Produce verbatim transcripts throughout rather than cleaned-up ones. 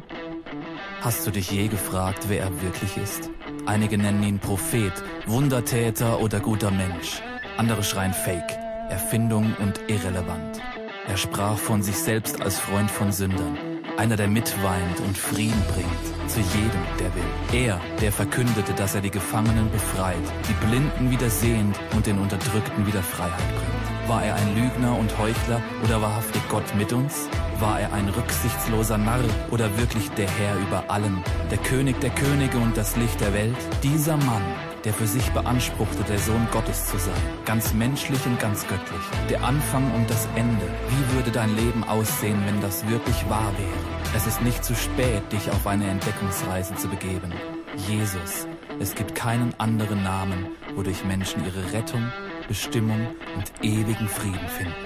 Hast du dich je gefragt, wer er wirklich ist? Einige nennen ihn Prophet, Wundertäter oder guter Mensch. Andere schreien Fake, Erfindung und irrelevant. Er sprach von sich selbst als Freund von Sündern. Einer, der mitweint und Frieden bringt, zu jedem, der will. Er, der verkündete, dass er die Gefangenen befreit, die Blinden wieder sehend und den Unterdrückten wieder Freiheit bringt. War er ein Lügner und Heuchler oder wahrhaftig Gott mit uns? War er ein rücksichtsloser Narr oder wirklich der Herr über allem, der König der Könige und das Licht der Welt? Dieser Mann, der für sich beanspruchte, der Sohn Gottes zu sein, ganz menschlich und ganz göttlich, der Anfang und das Ende. Wie würde dein Leben aussehen, wenn das wirklich wahr wäre? Es ist nicht zu spät, dich auf eine Entdeckungsreise zu begeben. Jesus. Es gibt keinen anderen Namen, wodurch Menschen ihre Rettung, Bestimmung und ewigen Frieden finden.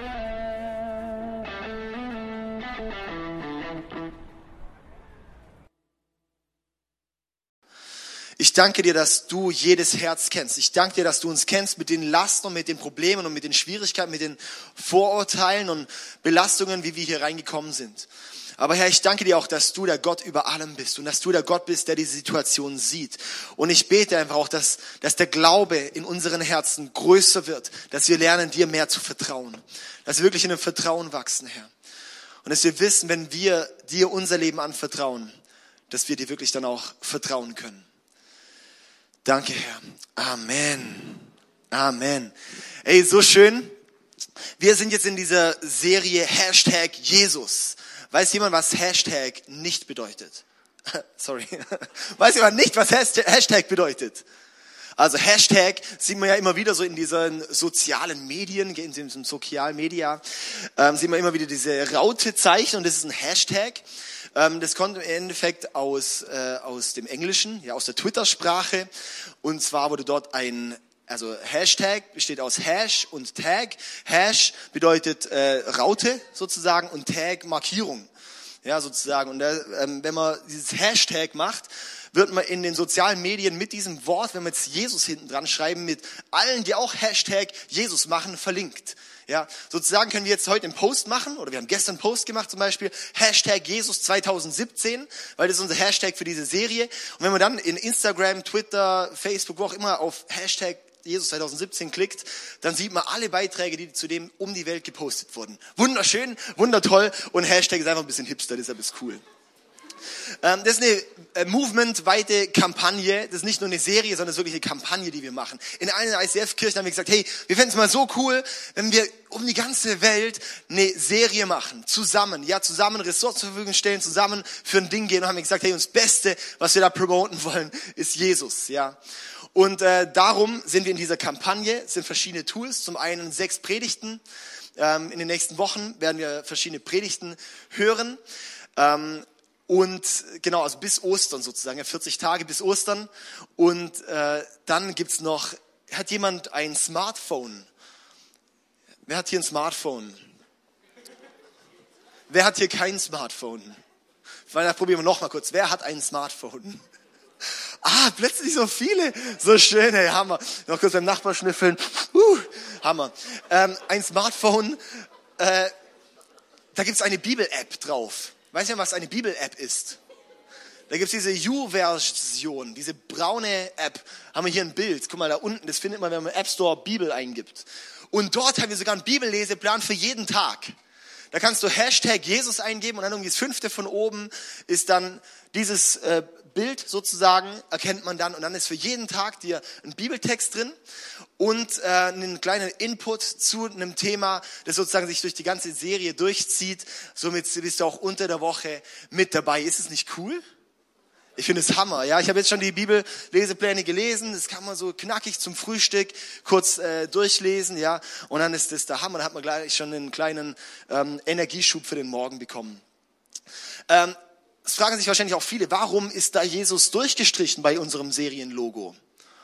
Ich danke dir, dass du jedes Herz kennst. Ich danke dir, dass du uns kennst mit den Lasten und mit den Problemen und mit den Schwierigkeiten, mit den Vorurteilen und Belastungen, wie wir hier reingekommen sind. Aber Herr, ich danke dir auch, dass du der Gott über allem bist und dass du der Gott bist, der diese Situation sieht. Und ich bete einfach auch, dass, dass der Glaube in unseren Herzen größer wird, dass wir lernen, dir mehr zu vertrauen. Dass wir wirklich in dem Vertrauen wachsen, Herr. Und dass wir wissen, wenn wir dir unser Leben anvertrauen, dass wir dir wirklich dann auch vertrauen können. Danke, Herr. Amen. Amen. Ey, so schön. Wir sind jetzt in dieser Serie Hashtag Jesus. Weiß jemand, was Hashtag nicht bedeutet? Sorry. Weiß jemand nicht, was Hashtag bedeutet? Also Hashtag sieht man ja immer wieder so in diesen sozialen Medien, in diesem Social Media, ähm, sieht man immer wieder diese Raute-Zeichen und das ist ein Hashtag. Ähm, das kommt im Endeffekt aus, äh, aus dem Englischen, ja, aus der Twitter-Sprache. Und zwar wurde dort ein, also Hashtag besteht aus Hash und Tag. Hash bedeutet äh, Raute sozusagen und Tag Markierung, ja, sozusagen. Und äh, ähm, wenn man dieses Hashtag macht, wird man in den sozialen Medien mit diesem Wort, wenn wir jetzt Jesus hinten dran schreiben, mit allen, die auch Hashtag Jesus machen, verlinkt. Ja, sozusagen können wir jetzt heute einen Post machen, oder wir haben gestern einen Post gemacht zum Beispiel, Hashtag Jesus zwanzig siebzehn, weil das ist unser Hashtag für diese Serie. Und wenn man dann in Instagram, Twitter, Facebook, wo auch immer auf Hashtag Jesus zwanzig siebzehn klickt, dann sieht man alle Beiträge, die zu dem um die Welt gepostet wurden. Wunderschön, wundertoll und Hashtag ist einfach ein bisschen hipster, deshalb ist cool. Das ist eine movementweite Kampagne, das ist nicht nur eine Serie, sondern das ist wirklich eine Kampagne, die wir machen. In einer I C F-Kirche haben wir gesagt, hey, wir fänden es mal so cool, wenn wir um die ganze Welt eine Serie machen, zusammen, ja, zusammen Ressourcen zur Verfügung stellen, zusammen für ein Ding gehen und haben wir gesagt, hey, uns Beste, was wir da promoten wollen, ist Jesus, ja. Und äh, darum sind wir in dieser Kampagne, es sind verschiedene Tools, zum einen sechs Predigten, ähm, in den nächsten Wochen werden wir verschiedene Predigten hören, ähm, Und genau, also bis Ostern sozusagen, vierzig Tage bis Ostern. Und äh, dann gibt's noch, hat jemand ein Smartphone? Wer hat hier ein Smartphone? Wer hat hier kein Smartphone? Weil da probieren wir noch mal kurz. Wer hat ein Smartphone? Ah, plötzlich so viele. So schön, hey, Hammer. Noch kurz beim Nachbar schnüffeln. Uh, Hammer. Ähm, ein Smartphone, äh, da gibt's eine Bibel-App drauf. Weißt du, was eine Bibel-App ist? Da gibt's diese U-Version, diese braune App. Haben wir hier ein Bild. Guck mal, da unten, das findet man, wenn man im App Store Bibel eingibt. Und dort haben wir sogar einen Bibelleseplan für jeden Tag. Da kannst du Hashtag Jesus eingeben und dann irgendwie das fünfte von oben ist dann dieses äh, Bild sozusagen, erkennt man dann. Und dann ist für jeden Tag dir ein Bibeltext drin und äh, einen kleinen Input zu einem Thema, das sozusagen sich durch die ganze Serie durchzieht. Somit bist du auch unter der Woche mit dabei. Ist es nicht cool? Ich finde es Hammer. Ja, ich habe jetzt schon die Bibellesepläne gelesen. Das kann man so knackig zum Frühstück kurz äh, durchlesen. Ja, und dann ist das der Hammer. Da hat man gleich schon einen kleinen ähm, Energieschub für den Morgen bekommen. Ähm, Es fragen sich wahrscheinlich auch viele, warum ist da Jesus durchgestrichen bei unserem Serienlogo?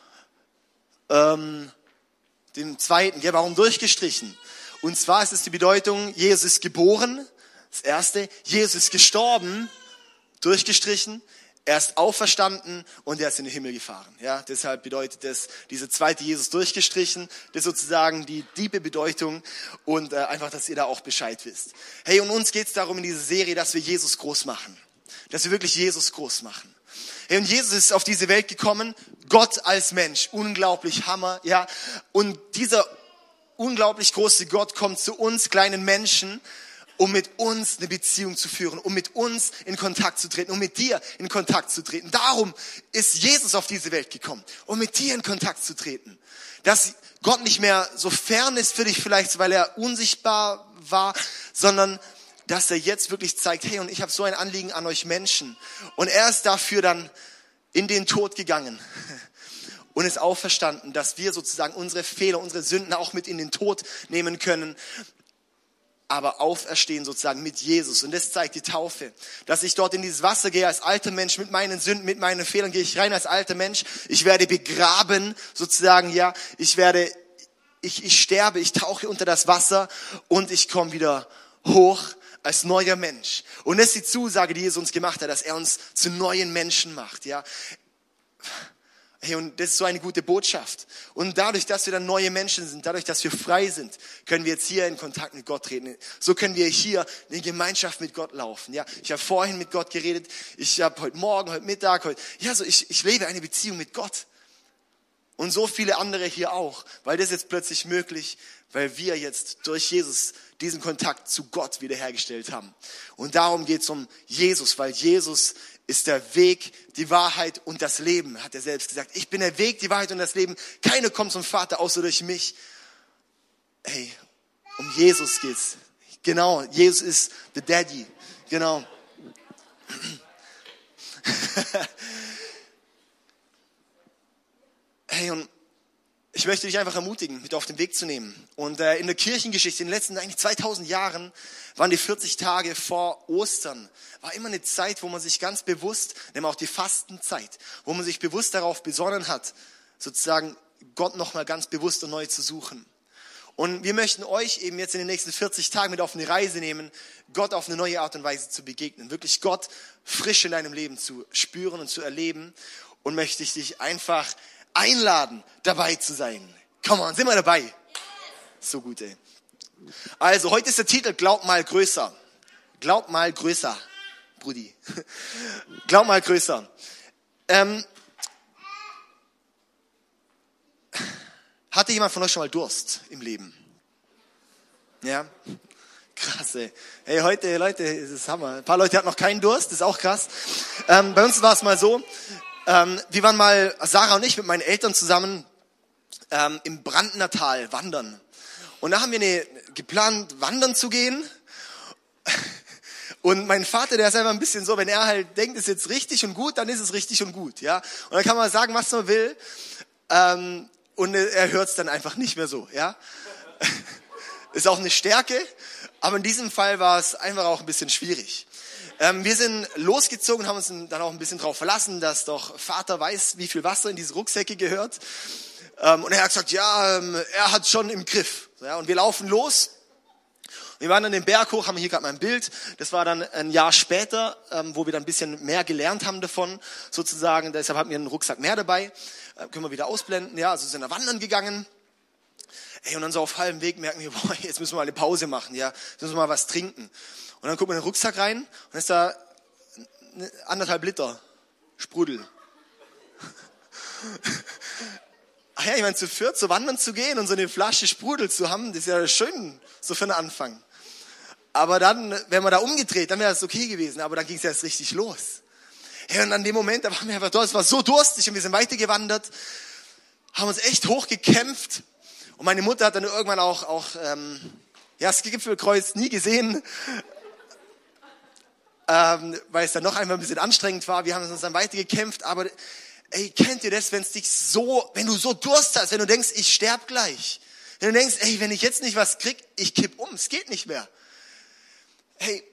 Ähm, dem zweiten, ja, warum durchgestrichen? Und zwar ist es die Bedeutung, Jesus ist geboren, das erste, Jesus ist gestorben, durchgestrichen, er ist auferstanden und er ist in den Himmel gefahren. Ja, deshalb bedeutet das, diese zweite Jesus durchgestrichen, das ist sozusagen die tiefe Bedeutung und äh, einfach, dass ihr da auch Bescheid wisst. Hey, und uns geht es darum in dieser Serie, dass wir Jesus groß machen. dass wir wirklich Jesus groß machen. Hey, und Jesus ist auf diese Welt gekommen, Gott als Mensch, unglaublich Hammer, ja. Und dieser unglaublich große Gott kommt zu uns kleinen Menschen, um mit uns eine Beziehung zu führen, um mit uns in Kontakt zu treten, um mit dir in Kontakt zu treten. Darum ist Jesus auf diese Welt gekommen, um mit dir in Kontakt zu treten. Dass Gott nicht mehr so fern ist für dich vielleicht, weil er unsichtbar war, sondern dass er jetzt wirklich zeigt, hey, und ich habe so ein Anliegen an euch Menschen. Und er ist dafür dann in den Tod gegangen und ist auferstanden, dass wir sozusagen unsere Fehler, unsere Sünden auch mit in den Tod nehmen können, aber auferstehen sozusagen mit Jesus. Und das zeigt die Taufe, dass ich dort in dieses Wasser gehe als alter Mensch mit meinen Sünden, mit meinen Fehlern, gehe ich rein als alter Mensch. Ich werde begraben sozusagen, ja, ich werde, ich, ich sterbe, ich tauche unter das Wasser und ich komme wieder hoch als neuer Mensch. Und das ist die Zusage, die Jesus uns gemacht hat, dass er uns zu neuen Menschen macht, ja. Hey, und das ist so eine gute Botschaft. Und dadurch, dass wir dann neue Menschen sind, dadurch, dass wir frei sind, können wir jetzt hier in Kontakt mit Gott treten. So können wir hier in Gemeinschaft mit Gott laufen, ja. Ich habe vorhin mit Gott geredet, ich habe heute Morgen, heute Mittag, heute, ja, so ich, ich lebe eine Beziehung mit Gott. Und so viele andere hier auch, weil das ist jetzt plötzlich möglich, weil wir jetzt durch Jesus diesen Kontakt zu Gott wiederhergestellt haben. Und darum geht es um Jesus, weil Jesus ist der Weg, die Wahrheit und das Leben, hat er selbst gesagt. Ich bin der Weg, die Wahrheit und das Leben. Keiner kommt zum Vater, außer durch mich. Hey, um Jesus geht's. Genau, Jesus ist the Daddy. Genau. Hey, und ich möchte dich einfach ermutigen, mit auf den Weg zu nehmen. Und äh, in der Kirchengeschichte, in den letzten eigentlich zweitausend Jahren, waren die vierzig Tage vor Ostern, war immer eine Zeit, wo man sich ganz bewusst, nämlich auch die Fastenzeit, wo man sich bewusst darauf besonnen hat, sozusagen Gott nochmal ganz bewusst und neu zu suchen. Und wir möchten euch eben jetzt in den nächsten vierzig Tagen mit auf eine Reise nehmen, Gott auf eine neue Art und Weise zu begegnen, wirklich Gott frisch in deinem Leben zu spüren und zu erleben. Und möchte ich dich einfach einladen, dabei zu sein. Come on, sind wir dabei? So gut, ey. Also, heute ist der Titel Glaub mal größer. Glaub mal größer, Brudi. Glaub mal größer. Ähm, hatte jemand von euch schon mal Durst im Leben? Ja? Krass, ey. Hey, heute, Leute, ist es Hammer. Ein paar Leute hatten noch keinen Durst, das ist auch krass. Ähm, bei uns war es mal so, Ähm, wir waren mal, Sarah und ich, mit meinen Eltern zusammen ähm, im Brandner Tal wandern. Und da haben wir eine, geplant, wandern zu gehen. Und mein Vater, der ist einfach ein bisschen so, wenn er halt denkt, ist jetzt richtig und gut, dann ist es richtig und gut, ja. Und dann kann man sagen, was man will. Ähm, und er hört es dann einfach nicht mehr so, ja. Ist auch eine Stärke, aber in diesem Fall war es einfach auch ein bisschen schwierig. Ähm, wir sind losgezogen, haben uns dann auch ein bisschen darauf verlassen, dass doch Vater weiß, wie viel Wasser in diese Rucksäcke gehört. Ähm, und er hat gesagt, ja, ähm, er hat schon im Griff. Ja, und wir laufen los. Wir waren dann den Berg hoch, haben hier gerade mal ein Bild. Das war dann ein Jahr später, ähm, wo wir dann ein bisschen mehr gelernt haben davon, sozusagen. Deshalb hatten wir einen Rucksack mehr dabei. Äh, können wir wieder ausblenden. Ja, also sind wir wandern gegangen. Ey, und dann so auf halbem Weg merken wir, boah, jetzt müssen wir mal eine Pause machen. Ja, jetzt müssen wir mal was trinken. Und dann gucken wir in den Rucksack rein und dann ist da anderthalb Liter Sprudel. Ach ja, ich meine, zu viert so wandern zu gehen und so eine Flasche Sprudel zu haben, das ist ja schön, so für den Anfang. Aber dann, wenn man da umgedreht, dann wäre es okay gewesen, aber dann ging es erst richtig los. Ja, und an dem Moment, da waren wir einfach dort, es war so durstig und wir sind weitergewandert, haben uns echt hochgekämpft und meine Mutter hat dann irgendwann auch, auch ähm, ja, das Gipfelkreuz nie gesehen, Ähm, weil es dann noch einmal ein bisschen anstrengend war. Wir haben uns dann weitergekämpft, aber ey, kennt ihr das, wenn es dich so, wenn du so Durst hast, wenn du denkst, ich sterb gleich, wenn du denkst, ey, wenn ich jetzt nicht was krieg, ich kipp um, es geht nicht mehr. Hey,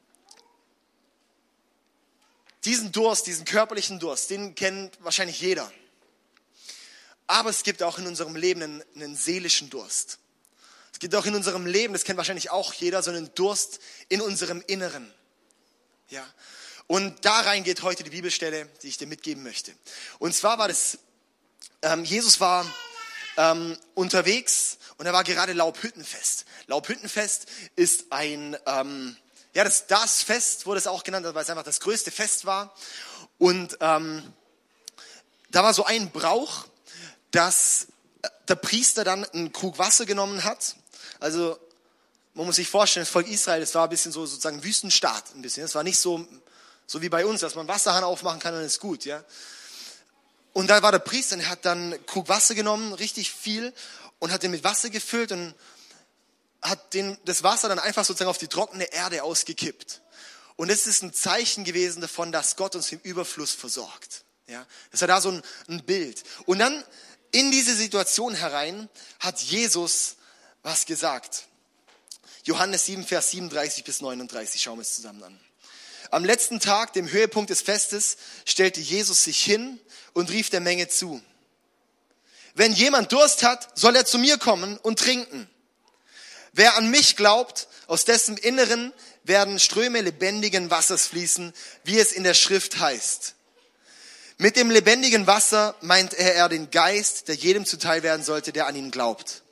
diesen Durst, diesen körperlichen Durst, den kennt wahrscheinlich jeder. Aber es gibt auch in unserem Leben einen, einen seelischen Durst. Es gibt auch in unserem Leben, das kennt wahrscheinlich auch jeder, so einen Durst in unserem Inneren. Ja, und da rein geht heute die Bibelstelle, die ich dir mitgeben möchte. Und zwar war das, ähm, Jesus war ähm, unterwegs und er war gerade Laubhüttenfest. Laubhüttenfest ist ein, ähm, Ja, das, das Fest wurde es auch genannt, weil es einfach das größte Fest war. Und ähm, da war so ein Brauch, dass der Priester dann einen Krug Wasser genommen hat. Also man muss sich vorstellen, das Volk Israel, das war ein bisschen so sozusagen Wüstenstaat. Ein bisschen. Es war nicht so, so wie bei uns, dass man Wasserhahn aufmachen kann und ist gut. Ja. Und da war der Priester, der hat dann einen Krug Wasser genommen, richtig viel, und hat den mit Wasser gefüllt und hat den, das Wasser dann einfach sozusagen auf die trockene Erde ausgekippt. Und das ist ein Zeichen gewesen davon, dass Gott uns im Überfluss versorgt. Ja, das war da so ein, ein Bild. Und dann in diese Situation herein hat Jesus was gesagt. Johannes sieben, Vers siebenunddreißig bis neununddreißig, schauen wir es zusammen an. Am letzten Tag, dem Höhepunkt des Festes, stellte Jesus sich hin und rief der Menge zu: Wenn jemand Durst hat, soll er zu mir kommen und trinken. Wer an mich glaubt, aus dessen Inneren werden Ströme lebendigen Wassers fließen, wie es in der Schrift heißt. Mit dem lebendigen Wasser meint er, er den Geist, der jedem zuteil werden sollte, der an ihn glaubt.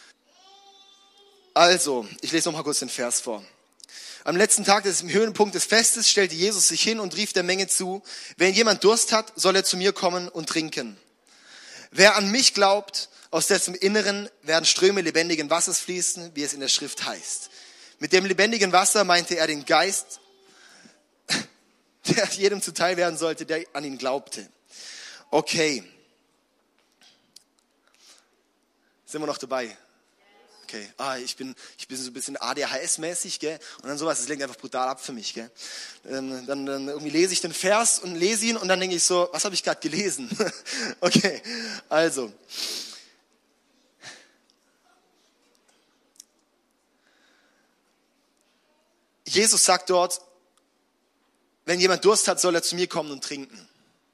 Also, ich lese noch mal kurz den Vers vor. Am letzten Tag des Höhepunkt des Festes stellte Jesus sich hin und rief der Menge zu: Wenn jemand Durst hat, soll er zu mir kommen und trinken. Wer an mich glaubt, aus dessen Inneren werden Ströme lebendigen Wassers fließen, wie es in der Schrift heißt. Mit dem lebendigen Wasser meinte er den Geist, der jedem zuteil werden sollte, der an ihn glaubte. Okay. Sind wir noch dabei? Okay. Ah, ich bin, ich bin so ein bisschen A D H S-mäßig, gell? Und dann sowas, das lenkt einfach brutal ab für mich, gell? Dann, dann, dann irgendwie lese ich den Vers und lese ihn und dann denke ich so, was habe ich gerade gelesen? Okay. Also. Jesus sagt dort, wenn jemand Durst hat, soll er zu mir kommen und trinken.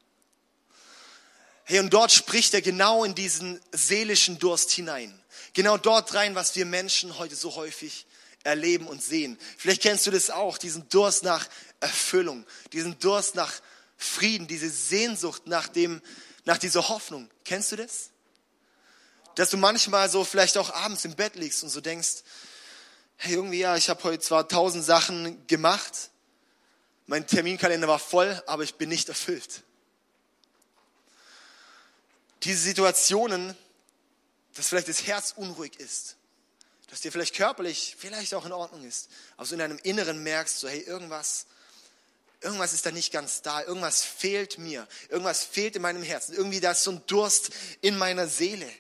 Hey, und dort spricht er genau in diesen seelischen Durst hinein. Genau dort rein, was wir Menschen heute so häufig erleben und sehen. Vielleicht kennst du das auch, diesen Durst nach Erfüllung, diesen Durst nach Frieden, diese Sehnsucht nach dem, nach dieser Hoffnung. Kennst du das? Dass du manchmal so vielleicht auch abends im Bett liegst und so denkst, hey, irgendwie ja, ich habe heute zwar tausend Sachen gemacht, mein Terminkalender war voll, aber ich bin nicht erfüllt. Diese Situationen, dass vielleicht das Herz unruhig ist, dass dir vielleicht körperlich vielleicht auch in Ordnung ist, aber so in deinem Inneren merkst, so hey, irgendwas, irgendwas ist da nicht ganz da, irgendwas fehlt mir, irgendwas fehlt in meinem Herzen, irgendwie da ist so ein Durst in meiner Seele.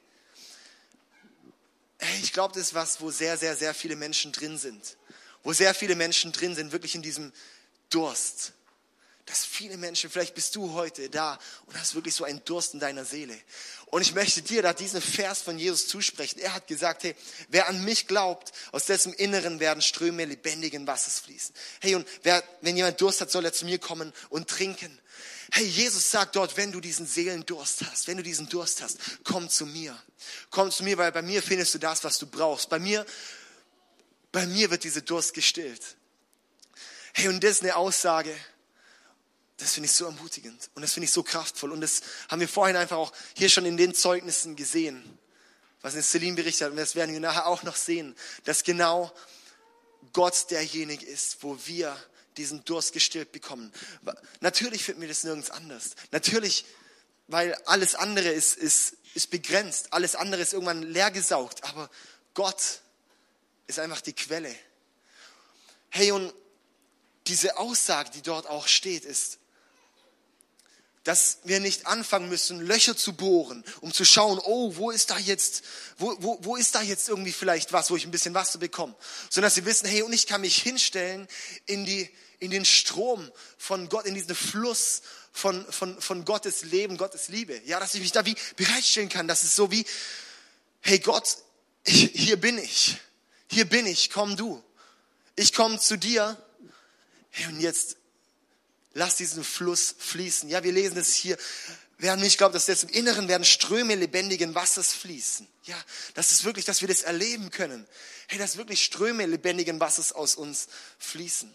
Hey, ich glaube, das ist was, wo sehr, sehr, sehr viele Menschen drin sind. Wo sehr viele Menschen drin sind, wirklich in diesem Durst. Dass viele Menschen, vielleicht bist du heute da und hast wirklich so einen Durst in deiner Seele. Und ich möchte dir da diesen Vers von Jesus zusprechen. Er hat gesagt, hey, wer an mich glaubt, aus dessen Inneren werden Ströme lebendigen Wassers fließen. Hey, und wer, wenn jemand Durst hat, soll er zu mir kommen und trinken. Hey, Jesus sagt dort, wenn du diesen Seelendurst hast, wenn du diesen Durst hast, komm zu mir. Komm zu mir, weil bei mir findest du das, was du brauchst. Bei mir, bei mir wird dieser Durst gestillt. Hey, und das ist eine Aussage, das finde ich so ermutigend und das finde ich so kraftvoll. Und das haben wir vorhin einfach auch hier schon in den Zeugnissen gesehen, was in Celine berichtet hat. Und das werden wir nachher auch noch sehen, dass genau Gott derjenige ist, wo wir diesen Durst gestillt bekommen. Natürlich finden wir das nirgends anders. Natürlich, weil alles andere ist, ist, ist begrenzt. Alles andere ist irgendwann leergesaugt. Aber Gott ist einfach die Quelle. Hey, und diese Aussage, die dort auch steht, ist, dass wir nicht anfangen müssen, Löcher zu bohren, um zu schauen, oh, wo ist da jetzt, wo, wo, wo ist da jetzt irgendwie vielleicht was, wo ich ein bisschen Wasser bekomme. Sondern dass wir wissen, hey, und ich kann mich hinstellen in die, in den Strom von Gott, in diesen Fluss von, von, von Gottes Leben, Gottes Liebe. Ja, dass ich mich da wie bereitstellen kann. Das ist so wie, hey Gott, ich, hier bin ich. Hier bin ich, komm du. Ich komme zu dir. Hey, und jetzt lass diesen Fluss fließen. Ja, wir lesen es hier. Wer an mich glaubt, dass jetzt im Inneren werden Ströme lebendigen Wassers fließen. Ja, das ist wirklich, dass wir das erleben können. Hey, dass wirklich Ströme lebendigen Wassers aus uns fließen.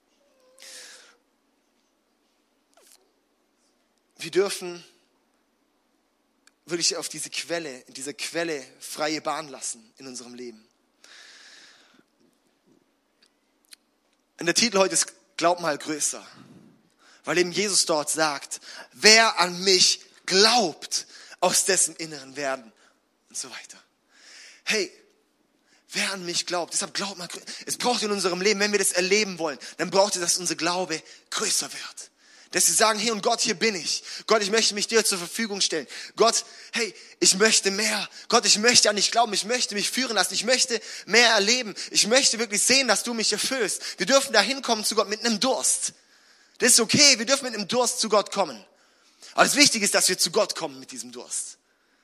Wir dürfen wirklich auf diese Quelle, in dieser Quelle freie Bahn lassen in unserem Leben. Und der Titel heute ist Glaub mal größer. Weil eben Jesus dort sagt, wer an mich glaubt, aus dessen Inneren werden und so weiter. Hey, wer an mich glaubt, deshalb glaubt mal, es braucht in unserem Leben, wenn wir das erleben wollen, dann braucht es, dass unser Glaube größer wird. Dass wir sagen, hey und Gott, hier bin ich. Gott, ich möchte mich dir zur Verfügung stellen. Gott, hey, ich möchte mehr. Gott, ich möchte an dich glauben. Ich möchte mich führen lassen. Ich möchte mehr erleben. Ich möchte wirklich sehen, dass du mich erfüllst. Wir dürfen da hinkommen zu Gott mit einem Durst. Das ist okay, wir dürfen mit einem Durst zu Gott kommen. Aber das Wichtige ist, dass wir zu Gott kommen mit diesem Durst.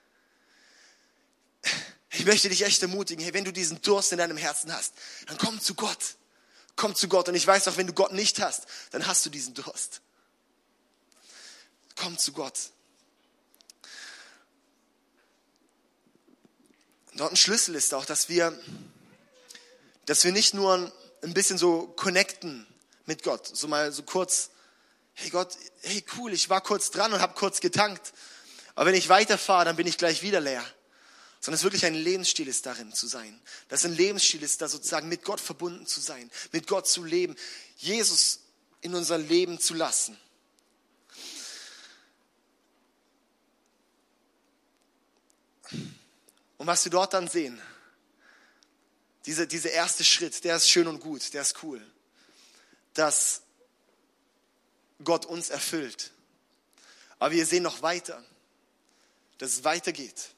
Ich möchte dich echt ermutigen, hey, wenn du diesen Durst in deinem Herzen hast, dann komm zu Gott. Komm zu Gott. Und ich weiß auch, wenn du Gott nicht hast, dann hast du diesen Durst. Komm zu Gott. Und dort ein Schlüssel ist auch, dass wir, dass wir nicht nur ein bisschen so connecten mit Gott, so mal so kurz, hey Gott, hey cool, ich war kurz dran und habe kurz getankt, aber wenn ich weiterfahre, dann bin ich gleich wieder leer. Sondern es wirklich ein Lebensstil ist, darin zu sein. Dass ein Lebensstil ist, da sozusagen mit Gott verbunden zu sein, mit Gott zu leben, Jesus in unser Leben zu lassen. Und was wir dort dann sehen, diese, dieser erste Schritt, der ist schön und gut, der ist cool, dass Gott uns erfüllt. Aber wir sehen noch weiter, dass es weitergeht.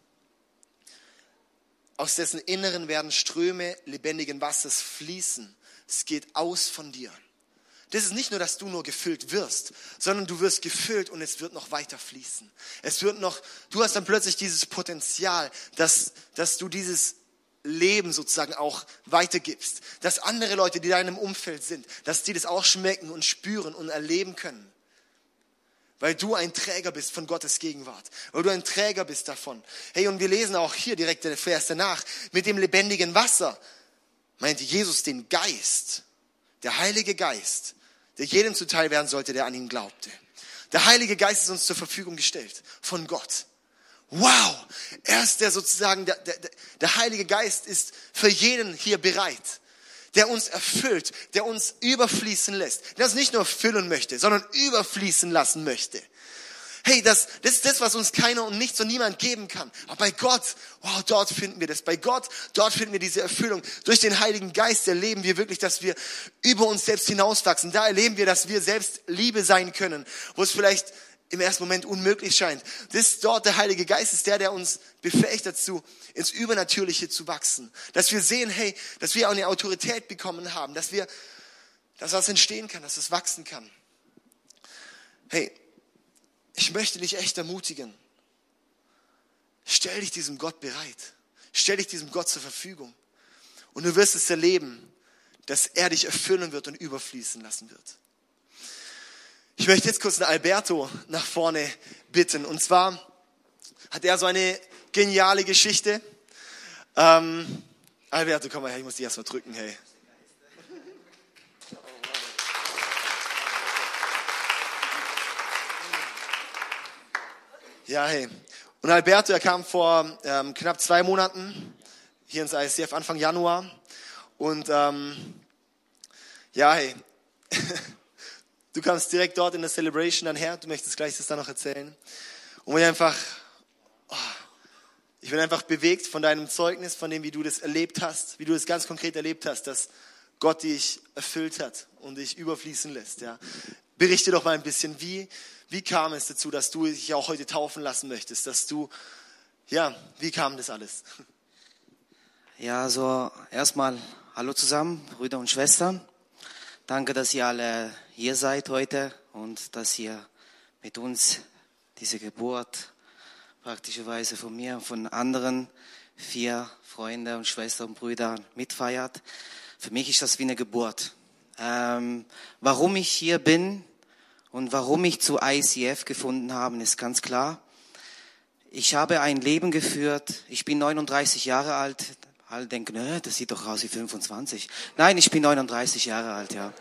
Aus dessen Inneren werden Ströme lebendigen Wassers fließen. Es geht aus von dir. Das ist nicht nur, dass du nur gefüllt wirst, sondern du wirst gefüllt und es wird noch weiter fließen. Es wird noch, du hast dann plötzlich dieses Potenzial, dass, dass du dieses Leben sozusagen auch weitergibst. Dass andere Leute, die in deinem Umfeld sind, dass die das auch schmecken und spüren und erleben können. Weil du ein Träger bist von Gottes Gegenwart. Weil du ein Träger bist davon. Hey, und wir lesen auch hier direkt der Vers danach, mit dem lebendigen Wasser meinte Jesus den Geist, der Heilige Geist, der jedem zuteil werden sollte, der an ihn glaubte. Der Heilige Geist ist uns zur Verfügung gestellt von Gott. Wow, er ist der sozusagen, der, der, der Heilige Geist ist für jeden hier bereit, der uns erfüllt, der uns überfließen lässt, der uns nicht nur füllen möchte, sondern überfließen lassen möchte. Hey, das, das ist das, was uns keiner und nichts und niemand geben kann. Aber bei Gott, wow, dort finden wir das. Bei Gott, dort finden wir diese Erfüllung. Durch den Heiligen Geist erleben wir wirklich, dass wir über uns selbst hinauswachsen. Da erleben wir, dass wir selbst Liebe sein können, wo es vielleicht im ersten Moment unmöglich scheint. Das ist dort der Heilige Geist, ist der, der uns befähigt dazu, ins Übernatürliche zu wachsen. Dass wir sehen, hey, dass wir auch eine Autorität bekommen haben, dass wir, dass das entstehen kann, dass das wachsen kann. Hey, ich möchte dich echt ermutigen. Stell dich diesem Gott bereit. Stell dich diesem Gott zur Verfügung. Und du wirst es erleben, dass er dich erfüllen wird und überfließen lassen wird. Ich möchte jetzt kurz den Alberto nach vorne bitten. Und zwar hat er so eine geniale Geschichte. Ähm, Alberto, komm mal her, ich muss dich erst mal drücken, hey. Ja, hey. Und Alberto, er kam vor ähm, knapp zwei Monaten hier ins I C F, Anfang Januar. Und ähm, ja, hey. Du kamst direkt dort in der Celebration dann her. Du möchtest gleich das dann noch erzählen. Und ich einfach, oh, ich bin einfach bewegt von deinem Zeugnis, von dem, wie du das erlebt hast, wie du das ganz konkret erlebt hast, dass Gott dich erfüllt hat und dich überfließen lässt. Ja. Berichte doch mal ein bisschen, wie, wie kam es dazu, dass du dich auch heute taufen lassen möchtest, dass du, ja, wie kam das alles? Ja, also erstmal hallo zusammen, Brüder und Schwestern. Danke, dass ihr alle hier seid heute und dass ihr mit uns diese Geburt praktischerweise von mir und von anderen vier Freunde und Schwestern und Brüdern mitfeiert. Für mich ist das wie eine Geburt. Ähm, warum ich hier bin und warum ich zu I C F gefunden habe, ist ganz klar. Ich habe ein Leben geführt, ich bin neununddreißig Jahre alt. Alle denken, äh, das sieht doch aus wie fünfundzwanzig. Nein, ich bin neununddreißig Jahre alt, ja.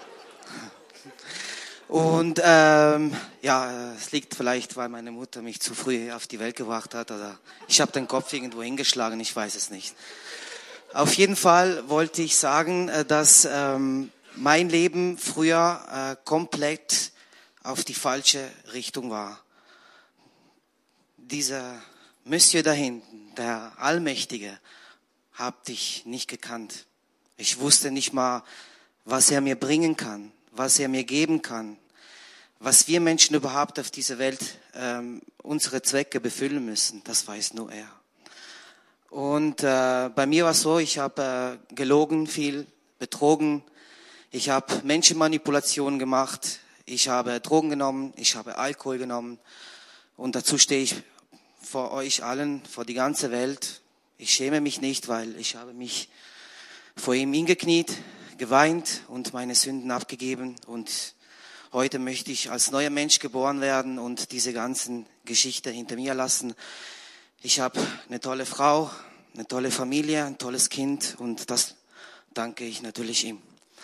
Und ähm, ja, es liegt vielleicht, weil meine Mutter mich zu früh auf die Welt gebracht hat oder ich habe den Kopf irgendwo hingeschlagen, ich weiß es nicht. Auf jeden Fall wollte ich sagen, dass ähm, mein Leben früher äh, komplett auf die falsche Richtung war. Dieser Monsieur da hinten, der Allmächtige, hab dich nicht gekannt. Ich wusste nicht mal, was er mir bringen kann, was er mir geben kann, was wir Menschen überhaupt auf dieser Welt ähm, unsere Zwecke befüllen müssen. Das weiß nur er. Und äh, bei mir war es so, ich habe äh, gelogen viel, betrogen, ich habe Menschenmanipulationen gemacht, ich habe Drogen genommen, ich habe Alkohol genommen und dazu stehe ich vor euch allen, vor die ganze Welt. Ich schäme mich nicht, weil ich habe mich vor ihm hingekniet, geweint und meine Sünden abgegeben und heute möchte ich als neuer Mensch geboren werden und diese ganzen Geschichten hinter mir lassen. Ich habe eine tolle Frau, eine tolle Familie, ein tolles Kind und das danke ich natürlich ihm.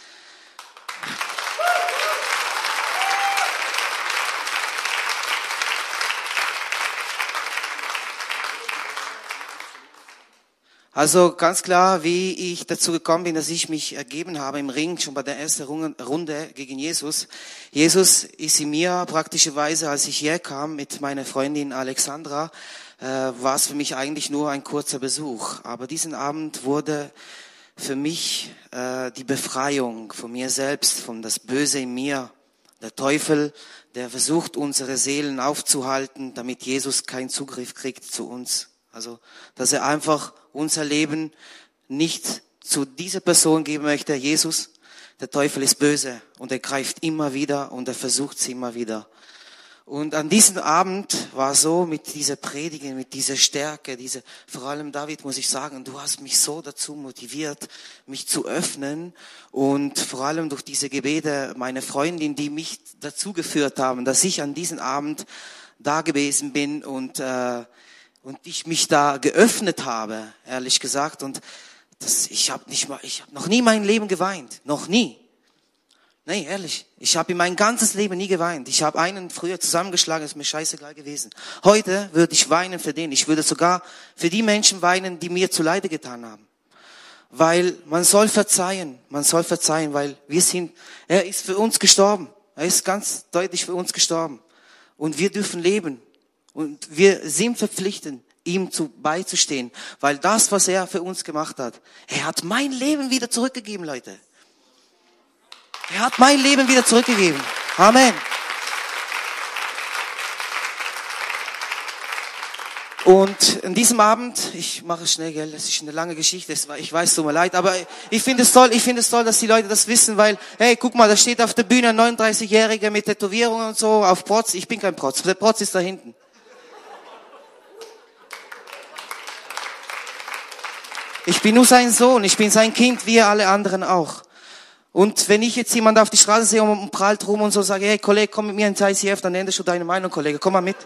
Also ganz klar, wie ich dazu gekommen bin, dass ich mich ergeben habe im Ring, schon bei der ersten Runde gegen Jesus. Jesus ist in mir praktischerweise, als ich herkam mit meiner Freundin Alexandra, äh, war es für mich eigentlich nur ein kurzer Besuch. Aber diesen Abend wurde für mich äh, die Befreiung von mir selbst, von das Böse in mir. Der Teufel, der versucht, unsere Seelen aufzuhalten, damit Jesus keinen Zugriff kriegt zu uns. Also, dass er einfach unser Leben nicht zu dieser Person geben möchte, Jesus. Der Teufel ist böse und er greift immer wieder und er versucht es immer wieder. Und an diesem Abend war so mit dieser Predigt, mit dieser Stärke, diese, vor allem David, muss ich sagen, du hast mich so dazu motiviert, mich zu öffnen und vor allem durch diese Gebete meiner Freundin, die mich dazu geführt haben, dass ich an diesem Abend da gewesen bin und äh, und ich mich da geöffnet habe, ehrlich gesagt. Und das, ich habe nicht mal, ich habe noch nie mein Leben geweint, noch nie. Nee, ehrlich, ich habe in mein ganzes Leben nie geweint. Ich habe einen früher zusammengeschlagen, ist mir scheißegal gewesen. Heute würde ich weinen für den. Ich würde sogar für die Menschen weinen, die mir zuleide getan haben. Weil man soll verzeihen, man soll verzeihen, weil wir sind, er ist für uns gestorben. Er ist ganz deutlich für uns gestorben. Und wir dürfen leben. Und wir sind verpflichtet, ihm zu beizustehen, weil das, was er für uns gemacht hat, er hat mein Leben wieder zurückgegeben, Leute. Er hat mein Leben wieder zurückgegeben. Amen. Und an diesem Abend, ich mache es schnell, gell, das ist eine lange Geschichte, ich weiß, es tut mir leid, aber ich finde es toll, ich finde es toll, dass die Leute das wissen, weil, hey, guck mal, da steht auf der Bühne ein neununddreißigjähriger mit Tätowierungen und so, auf Protz, ich bin kein Protz, der Protz ist da hinten. Ich bin nur sein Sohn, ich bin sein Kind, wie alle anderen auch. Und wenn ich jetzt jemanden auf die Straße sehe und prallt rum und so sage, hey Kollege, komm mit mir ins I C F, dann änderst du deine Meinung, Kollege, komm mal mit.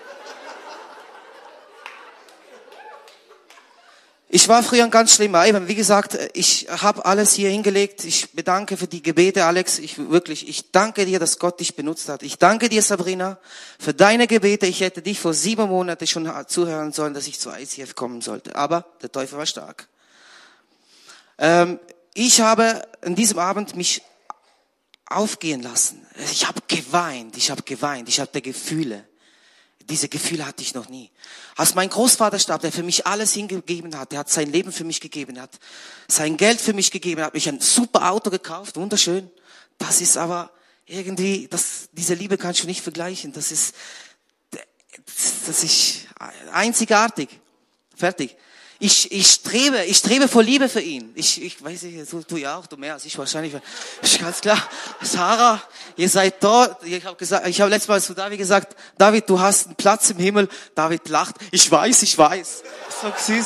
Ich war früher ein ganz schlimmer. Eben, wie gesagt, ich habe alles hier hingelegt. Ich bedanke für die Gebete, Alex. Ich wirklich, ich danke dir, dass Gott dich benutzt hat. Ich danke dir, Sabrina, für deine Gebete. Ich hätte dich vor sieben Monaten schon zuhören sollen, dass ich zur I C F kommen sollte. Aber der Teufel war stark. Ähm, ich habe an diesem Abend mich aufgehen lassen. Ich habe geweint. Ich habe geweint. Ich hatte Gefühle. Diese Gefühle hatte ich noch nie. Als mein Großvater starb, der für mich alles hingegeben hat, der hat sein Leben für mich gegeben, hat sein Geld für mich gegeben, hat mich ein super Auto gekauft, wunderschön. Das ist aber irgendwie, das, diese Liebe kannst du nicht vergleichen. Das ist, das ist einzigartig. Fertig. Ich, ich strebe, ich strebe vor Liebe für ihn. Ich, ich weiß nicht, du, du ja auch, du mehr als ich wahrscheinlich. Ist ganz klar. Sarah, ihr seid dort. Ich habe gesagt, ich habe letztes Mal zu David gesagt, David, du hast einen Platz im Himmel. David lacht. Ich weiß, ich weiß. So süß.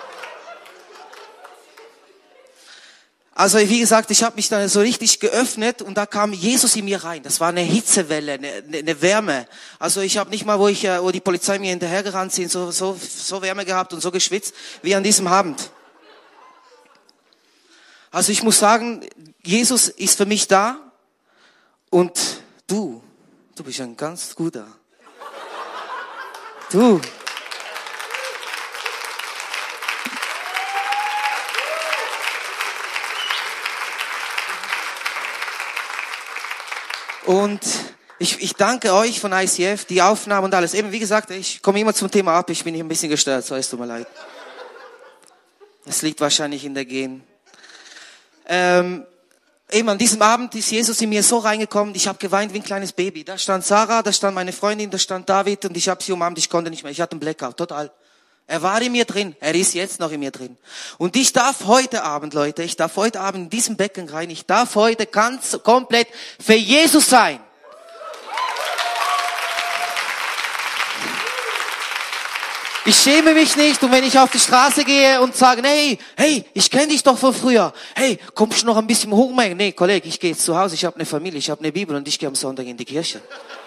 Also wie gesagt, ich habe mich dann so richtig geöffnet und da kam Jesus in mir rein. Das war eine Hitzewelle, eine, eine Wärme. Also ich habe nicht mal, wo ich, wo die Polizei mir hinterhergerannt sind, so, so, so Wärme gehabt und so geschwitzt wie an diesem Abend. Also ich muss sagen, Jesus ist für mich da und du, du bist ein ganz guter. Du. Und ich, ich danke euch von I C F, die Aufnahmen und alles. Eben, wie gesagt, ich komme immer zum Thema ab. Ich bin hier ein bisschen gestört, so es tut mir leid. Es liegt wahrscheinlich in der Gen. Ähm, eben an diesem Abend ist Jesus in mir so reingekommen, ich habe geweint wie ein kleines Baby. Da stand Sarah, da stand meine Freundin, da stand David und ich habe sie umarmt, ich konnte nicht mehr. Ich hatte einen Blackout, total. Er war in mir drin, er ist jetzt noch in mir drin. Und ich darf heute Abend, Leute, ich darf heute Abend in diesem Becken rein, ich darf heute ganz komplett für Jesus sein. Ich schäme mich nicht und wenn ich auf die Straße gehe und sage, hey, hey, ich kenne dich doch von früher. Hey, kommst du noch ein bisschen Hunger? Nee, Kollege, ich gehe jetzt zu Hause, ich habe eine Familie, ich habe eine Bibel und ich gehe am Sonntag in die Kirche.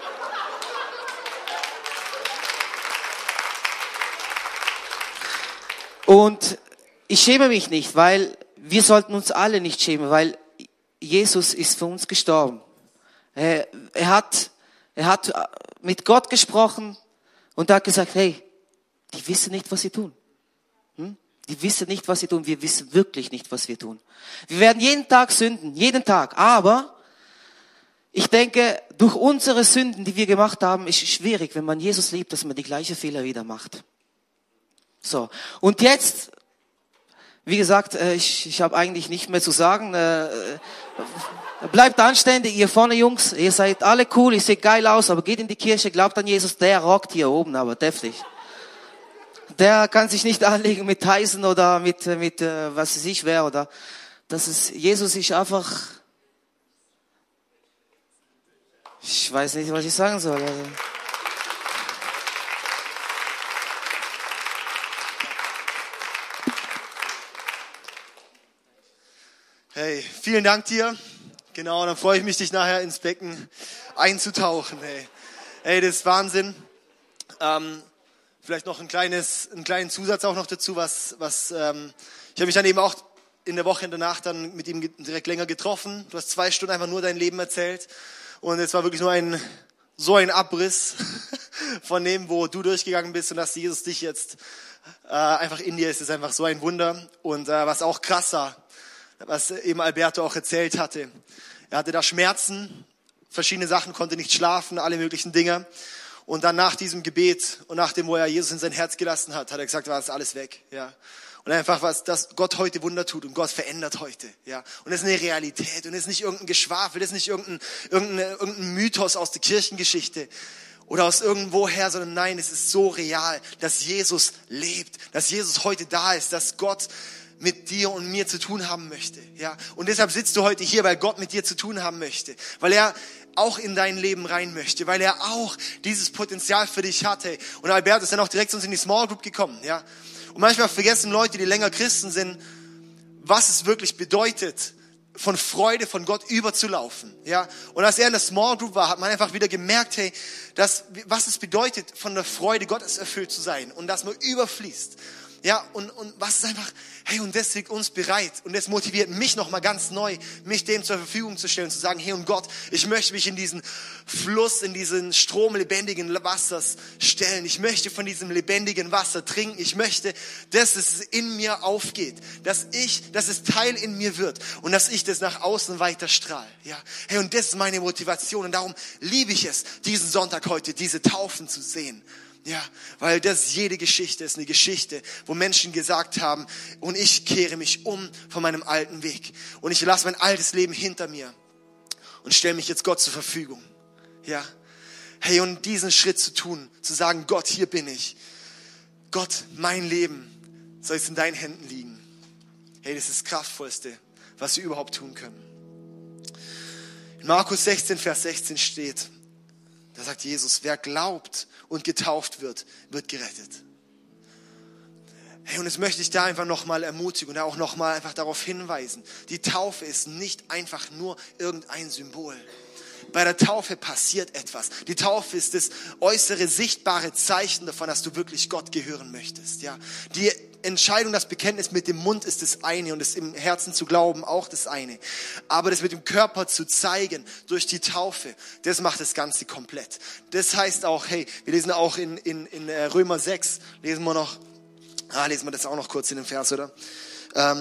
Und ich schäme mich nicht, weil wir sollten uns alle nicht schämen, weil Jesus ist für uns gestorben. Er, er hat, er hat mit Gott gesprochen und hat gesagt, hey, die wissen nicht, was sie tun. Hm? Die wissen nicht, was sie tun. Wir wissen wirklich nicht, was wir tun. Wir werden jeden Tag sünden, jeden Tag. Aber ich denke, durch unsere Sünden, die wir gemacht haben, ist es schwierig, wenn man Jesus liebt, dass man die gleichen Fehler wieder macht. So. Und jetzt, wie gesagt, ich, ich habe eigentlich nicht mehr zu sagen. Bleibt anständig, ihr vorne Jungs. Ihr seid alle cool, ihr seht geil aus, aber geht in die Kirche, glaubt an Jesus, der rockt hier oben, aber deftig. Der kann sich nicht anlegen mit Tyson oder mit, mit äh, was weiß ich wer. Oder das ist, Jesus ist einfach, ich weiß nicht, was ich sagen soll. Also. Hey, vielen Dank dir. Genau, dann freue ich mich, dich nachher ins Becken einzutauchen. Hey, hey, das ist Wahnsinn. Ähm, Vielleicht noch ein kleines, einen kleinen Zusatz auch noch dazu, was, was, ähm, ich habe mich dann eben auch in der Woche danach dann mit ihm direkt länger getroffen. Du hast zwei Stunden einfach nur dein Leben erzählt und es war wirklich nur ein, so ein Abriss von dem, wo du durchgegangen bist und dass Jesus dich jetzt äh, einfach in dir ist, ist einfach so ein Wunder. Und äh, was auch krasser, was eben Alberto auch erzählt hatte. Er hatte da Schmerzen, verschiedene Sachen, konnte nicht schlafen, alle möglichen Dinge. Und dann nach diesem Gebet und nachdem, wo er Jesus in sein Herz gelassen hat, hat er gesagt, war das alles weg, ja. Und einfach was, dass Gott heute Wunder tut und Gott verändert heute, ja. Und das ist eine Realität und das ist nicht irgendein Geschwafel, das ist nicht irgendein, irgendein, irgendein Mythos aus der Kirchengeschichte oder aus irgendwoher, sondern nein, es ist so real, dass Jesus lebt, dass Jesus heute da ist, dass Gott mit dir und mir zu tun haben möchte, ja. Und deshalb sitzt du heute hier, weil Gott mit dir zu tun haben möchte, weil er auch in dein Leben rein möchte, weil er auch dieses Potenzial für dich hatte. Und Albert ist dann auch direkt zu uns in die Small Group gekommen, ja. Und manchmal vergessen Leute, die länger Christen sind, was es wirklich bedeutet, von Freude von Gott überzulaufen, ja. Und als er in der Small Group war, hat man einfach wieder gemerkt, hey, dass, was es bedeutet, von der Freude Gottes erfüllt zu sein und dass man überfließt. Ja, und, und was ist einfach, hey, und das liegt uns bereit. Und das motiviert mich nochmal ganz neu, mich dem zur Verfügung zu stellen, zu sagen, hey, und Gott, ich möchte mich in diesen Fluss, in diesen Strom lebendigen Wassers stellen. Ich möchte von diesem lebendigen Wasser trinken. Ich möchte, dass es in mir aufgeht, dass ich, dass es Teil in mir wird und dass ich das nach außen weiter strahle. Ja, hey, und das ist meine Motivation. Und darum liebe ich es, diesen Sonntag heute, diese Taufen zu sehen. Ja, weil das jede Geschichte ist, eine Geschichte, wo Menschen gesagt haben, und ich kehre mich um von meinem alten Weg und ich lasse mein altes Leben hinter mir und stelle mich jetzt Gott zur Verfügung. Ja, hey, und diesen Schritt zu tun, zu sagen, Gott, hier bin ich. Gott, mein Leben soll jetzt in deinen Händen liegen. Hey, das ist das Kraftvollste, was wir überhaupt tun können. In Markus sechzehn, Vers sechzehn steht, da sagt Jesus, wer glaubt und getauft wird, wird gerettet. Hey, und jetzt möchte ich da einfach nochmal ermutigen und auch nochmal einfach darauf hinweisen. Die Taufe ist nicht einfach nur irgendein Symbol. Bei der Taufe passiert etwas. Die Taufe ist das äußere, sichtbare Zeichen davon, dass du wirklich Gott gehören möchtest. Ja, die Entscheidung, das Bekenntnis mit dem Mund ist das eine und das im Herzen zu glauben auch das eine. Aber das mit dem Körper zu zeigen durch die Taufe, das macht das Ganze komplett. Das heißt auch, hey, wir lesen auch in, in, in Römer sechs, lesen wir noch, ah, lesen wir das auch noch kurz in dem Vers, oder? Ähm,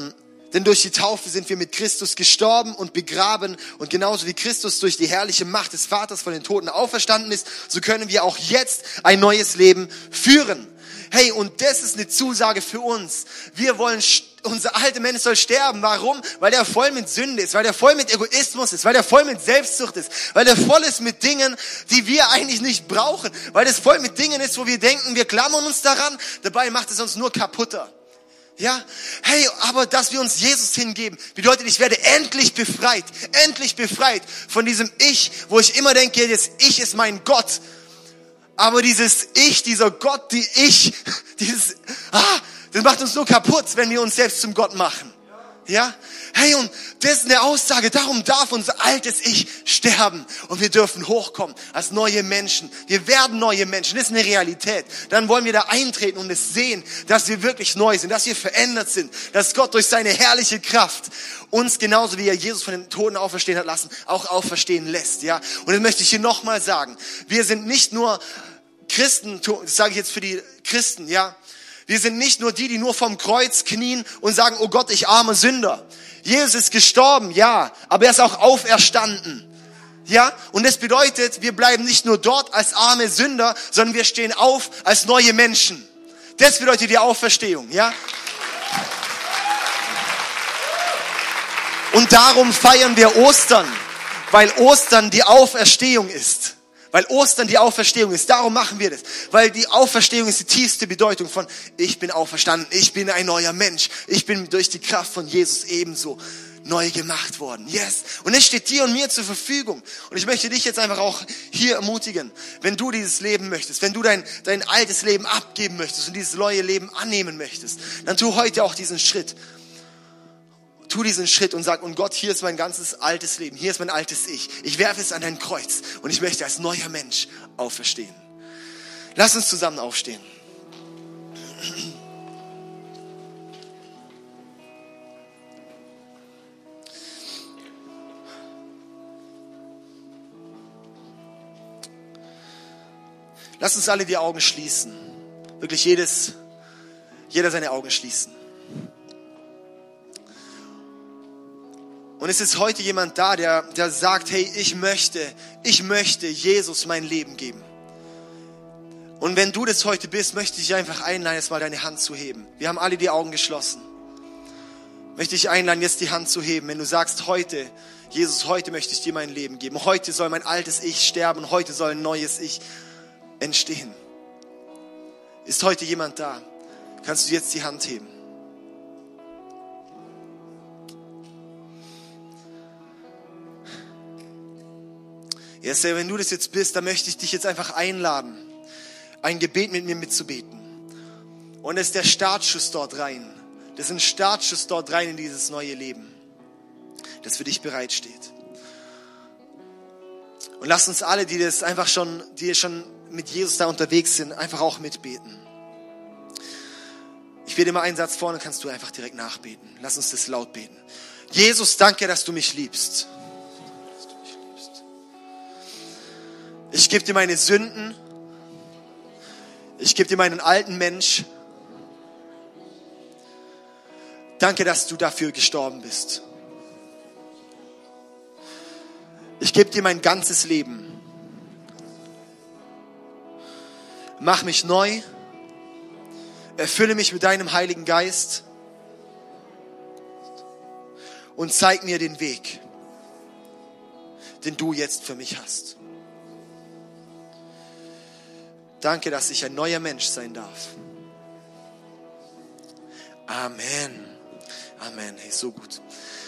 Denn durch die Taufe sind wir mit Christus gestorben und begraben. Und genauso wie Christus durch die herrliche Macht des Vaters von den Toten auferstanden ist, so können wir auch jetzt ein neues Leben führen. Hey, und das ist eine Zusage für uns. Wir wollen, unser alter Mensch soll sterben. Warum? Weil der voll mit Sünde ist, weil der voll mit Egoismus ist, weil der voll mit Selbstsucht ist, weil der voll ist mit Dingen, die wir eigentlich nicht brauchen, weil das voll mit Dingen ist, wo wir denken, wir klammern uns daran, dabei macht es uns nur kaputter. Ja, hey, aber dass wir uns Jesus hingeben, bedeutet, ich werde endlich befreit, endlich befreit von diesem Ich, wo ich immer denke, das Ich ist mein Gott. Aber dieses Ich, dieser Gott, die Ich, dieses, ah, das macht uns nur kaputt, wenn wir uns selbst zum Gott machen. Ja, hey, und das ist eine Aussage, darum darf unser altes Ich sterben und wir dürfen hochkommen als neue Menschen. Wir werden neue Menschen, das ist eine Realität. Dann wollen wir da eintreten und es sehen, dass wir wirklich neu sind, dass wir verändert sind, dass Gott durch seine herrliche Kraft uns genauso wie er Jesus von den Toten auferstehen hat lassen, auch auferstehen lässt. Ja, und das möchte ich hier nochmal sagen. Wir sind nicht nur Christen, das sage ich jetzt für die Christen, ja. Wir sind nicht nur die, die nur vom Kreuz knien und sagen, oh Gott, ich armer Sünder. Jesus ist gestorben, ja, aber er ist auch auferstanden. Ja, und das bedeutet, wir bleiben nicht nur dort als arme Sünder, sondern wir stehen auf als neue Menschen. Das bedeutet die Auferstehung, ja. Und darum feiern wir Ostern, weil Ostern die Auferstehung ist. Weil Ostern die Auferstehung ist. Darum machen wir das. Weil die Auferstehung ist die tiefste Bedeutung von ich bin auferstanden, ich bin ein neuer Mensch. Ich bin durch die Kraft von Jesus ebenso neu gemacht worden. Yes. Und es steht dir und mir zur Verfügung. Und ich möchte dich jetzt einfach auch hier ermutigen, wenn du dieses Leben möchtest, wenn du dein, dein altes Leben abgeben möchtest und dieses neue Leben annehmen möchtest, dann tu heute auch diesen Schritt. Tu diesen Schritt und sag, und Gott, hier ist mein ganzes altes Leben, hier ist mein altes Ich. Ich werfe es an dein Kreuz und ich möchte als neuer Mensch auferstehen. Lass uns zusammen aufstehen. Lass uns alle die Augen schließen. Wirklich jedes, jeder seine Augen schließen. Und es ist heute jemand da, der, der sagt, hey, ich möchte, ich möchte Jesus mein Leben geben. Und wenn du das heute bist, möchte ich einfach einladen, jetzt mal deine Hand zu heben. Wir haben alle die Augen geschlossen. Möchte ich einladen, jetzt die Hand zu heben. Wenn du sagst, heute, Jesus, heute möchte ich dir mein Leben geben. Heute soll mein altes Ich sterben. Heute soll ein neues Ich entstehen. Ist heute jemand da? Kannst du jetzt die Hand heben? Ja, Herr, wenn du das jetzt bist, dann möchte ich dich jetzt einfach einladen, ein Gebet mit mir mitzubeten. Und das ist der Startschuss dort rein. Das ist ein Startschuss dort rein in dieses neue Leben, das für dich bereitsteht. Und lass uns alle, die das einfach schon, die schon mit Jesus da unterwegs sind, einfach auch mitbeten. Ich bete immer einen Satz vor, dann kannst du einfach direkt nachbeten. Lass uns das laut beten. Jesus, danke, dass du mich liebst. Ich gebe dir meine Sünden. Ich gebe dir meinen alten Mensch. Danke, dass du dafür gestorben bist. Ich gebe dir mein ganzes Leben. Mach mich neu. Erfülle mich mit deinem Heiligen Geist. Und zeig mir den Weg, den du jetzt für mich hast. Danke, dass ich ein neuer Mensch sein darf. Amen. Amen. Hey, so gut.